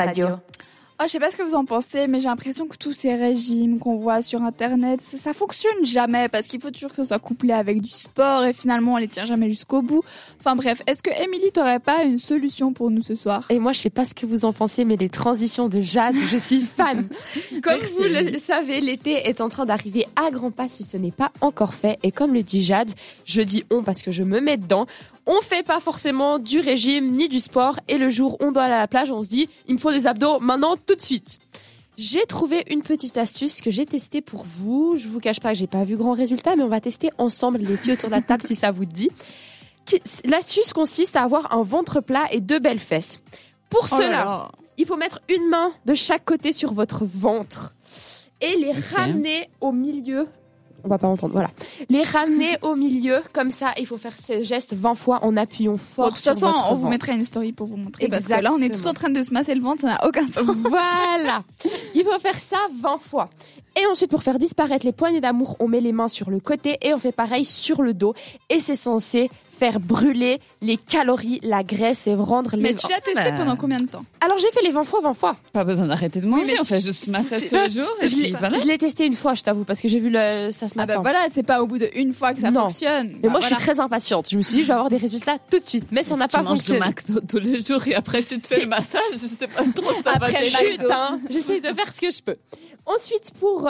radio. Oh, je sais pas ce que vous en pensez, mais j'ai l'impression que tous ces régimes qu'on voit sur Internet, ça fonctionne jamais parce qu'il faut toujours que ce soit couplé avec du sport et finalement on les tient jamais jusqu'au bout. Enfin bref, est-ce que Émilie t'aurais pas une solution pour nous ce soir ? Et moi, je sais pas ce que vous en pensez, mais les transitions de Jade, je suis fan. Comme Merci. vous le savez, l'été est en train d'arriver à grands pas si ce n'est pas encore fait. Et comme le dit Jade, je dis on parce que je me mets dedans. On fait pas forcément du régime ni du sport et le jour où on doit aller à la plage, on se dit il me faut des abdos maintenant tout de suite. J'ai trouvé une petite astuce que j'ai testée pour vous. Je vous cache pas que j'ai pas vu grand résultat, mais on va tester ensemble les filles autour de la table si ça vous dit. L'astuce consiste à avoir un ventre plat et 2 belles fesses. Pour cela, il faut mettre une main de chaque côté sur votre ventre et les ramener au milieu. On va pas entendre, voilà. Les ramener au milieu, comme ça, il faut faire ce geste 20 fois en appuyant fort. De toute façon, sur votre on vous ventre. mettra une story pour vous montrer. Parce que Exactement. là, on est tout en train de se masser le ventre, ça n'a aucun sens. Voilà. Il faut faire ça 20 fois. Et ensuite, pour faire disparaître les poignées d'amour, on met les mains sur le côté et on fait pareil sur le dos. Et c'est censé faire brûler les calories, la graisse et rendre les... Mais tu l'as testé pendant combien de temps ? Alors, j'ai fait les 20 fois, 20 fois. Pas besoin d'arrêter de manger, mais on fait juste masser tous les jours. Et puis voilà. Je l'ai testé une fois, je t'avoue, parce que j'ai vu ça ce Ah matin. bah voilà, c'est pas au bout d'une fois que ça Non. fonctionne. Mais Bah moi, je suis voilà. très impatiente. Je me suis dit, je vais avoir des résultats tout de suite. Mais ça n'a Si pas tu manges du fonctionné. McDo tous les jours et après tu te fais le massage, je sais pas trop ça Après va le t'aider. McDo. J'essaie de faire ce que je peux. Ensuite, pour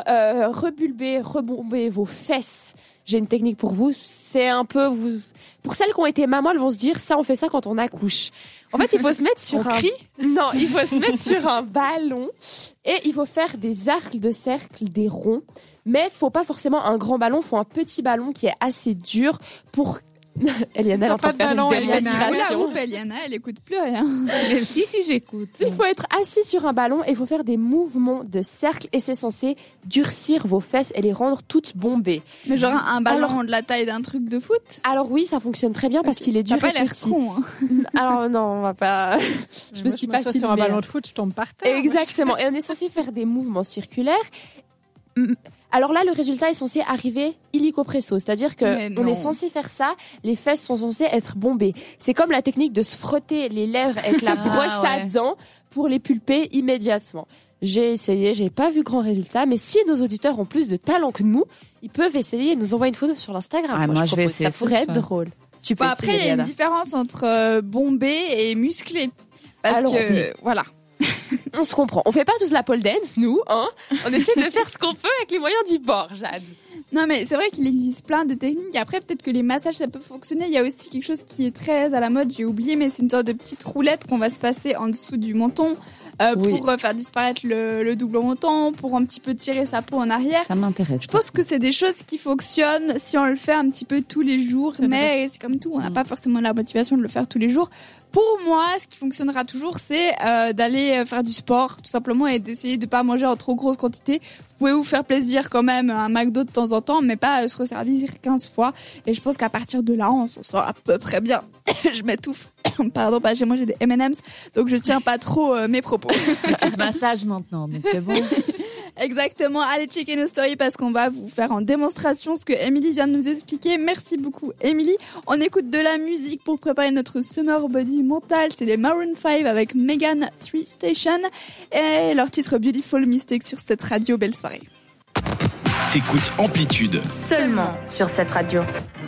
rebomber vos fesses, j'ai une technique pour vous. C'est un peu... Pour celles qui ont été mamans, elles vont se dire, ça, on fait ça quand on accouche. En fait, il faut se mettre sur Non, il faut se mettre sur un ballon et il faut faire des arcs de cercle, des ronds. Mais faut pas forcément un grand ballon, faut un petit ballon qui est assez dur pour... Eliana, elle est en train de faire une démonstration. La roupe, Eliana, elle écoute plus rien. Mais si j'écoute. Il faut être assis sur un ballon et il faut faire des mouvements de cercle et c'est censé durcir vos fesses et les rendre toutes bombées. Mais genre un ballon de la taille d'un truc de foot ? Alors oui, ça fonctionne très bien parce qu'il est dur T'as pas et l'air petit. con, hein. Alors non, on va pas... je me suis pas sur un filmée. ballon de foot, je tombe par terre. Exactement. Et on est censé faire des mouvements circulaires. Alors là, le résultat est censé arriver illico presto, c'est-à-dire Mais que on non. est censé faire ça, les fesses sont censées être bombées. C'est comme la technique de se frotter les lèvres avec la brosse à dents pour les pulper immédiatement. J'ai essayé, j'ai pas vu grand résultat, mais si nos auditeurs ont plus de talent que nous, ils peuvent essayer et nous envoyer une photo sur l'Instagram. Ah, moi, je vais propose, essayer ça pourrait ce être soir. drôle. Tu peux Bon, après, il y a une Eliana. différence entre bombé et musclé. Parce Alors, que, oui. voilà. On se comprend. On fait pas tous la pole dance, nous, hein. On essaie de faire ce qu'on peut avec les moyens du bord, Jade. Non, mais c'est vrai qu'il existe plein de techniques. Après, peut-être que les massages, ça peut fonctionner. Il y a aussi quelque chose qui est très à la mode, j'ai oublié, mais c'est une sorte de petite roulette qu'on va se passer en dessous du menton Oui. pour faire disparaître le double menton, pour un petit peu tirer sa peau en arrière. Ça m'intéresse. Je pense que c'est des choses qui fonctionnent si on le fait un petit peu tous les jours, mais c'est comme tout, on n'a pas forcément la motivation de le faire tous les jours. Pour moi, ce qui fonctionnera toujours, c'est d'aller faire du sport, tout simplement, et d'essayer de pas manger en trop grosse quantité. Vous pouvez vous faire plaisir quand même à un McDo de temps en temps, mais pas se resservir 15 fois. Et je pense qu'à partir de là, on s'en sort à peu près bien. Je m'étouffe. Pardon, chez moi j'ai des M&M's, donc je tiens pas trop mes propos. Petit massage maintenant, donc c'est bon. Exactement, allez checker nos stories parce qu'on va vous faire en démonstration ce que Émilie vient de nous expliquer. Merci beaucoup Émilie. On écoute de la musique pour préparer notre summer body mental. C'est les Maroon 5 avec Megan Thee Station et leur titre Beautiful Mistake sur cette radio. Belle soirée. T'écoutes Amplitude. Seulement sur cette radio.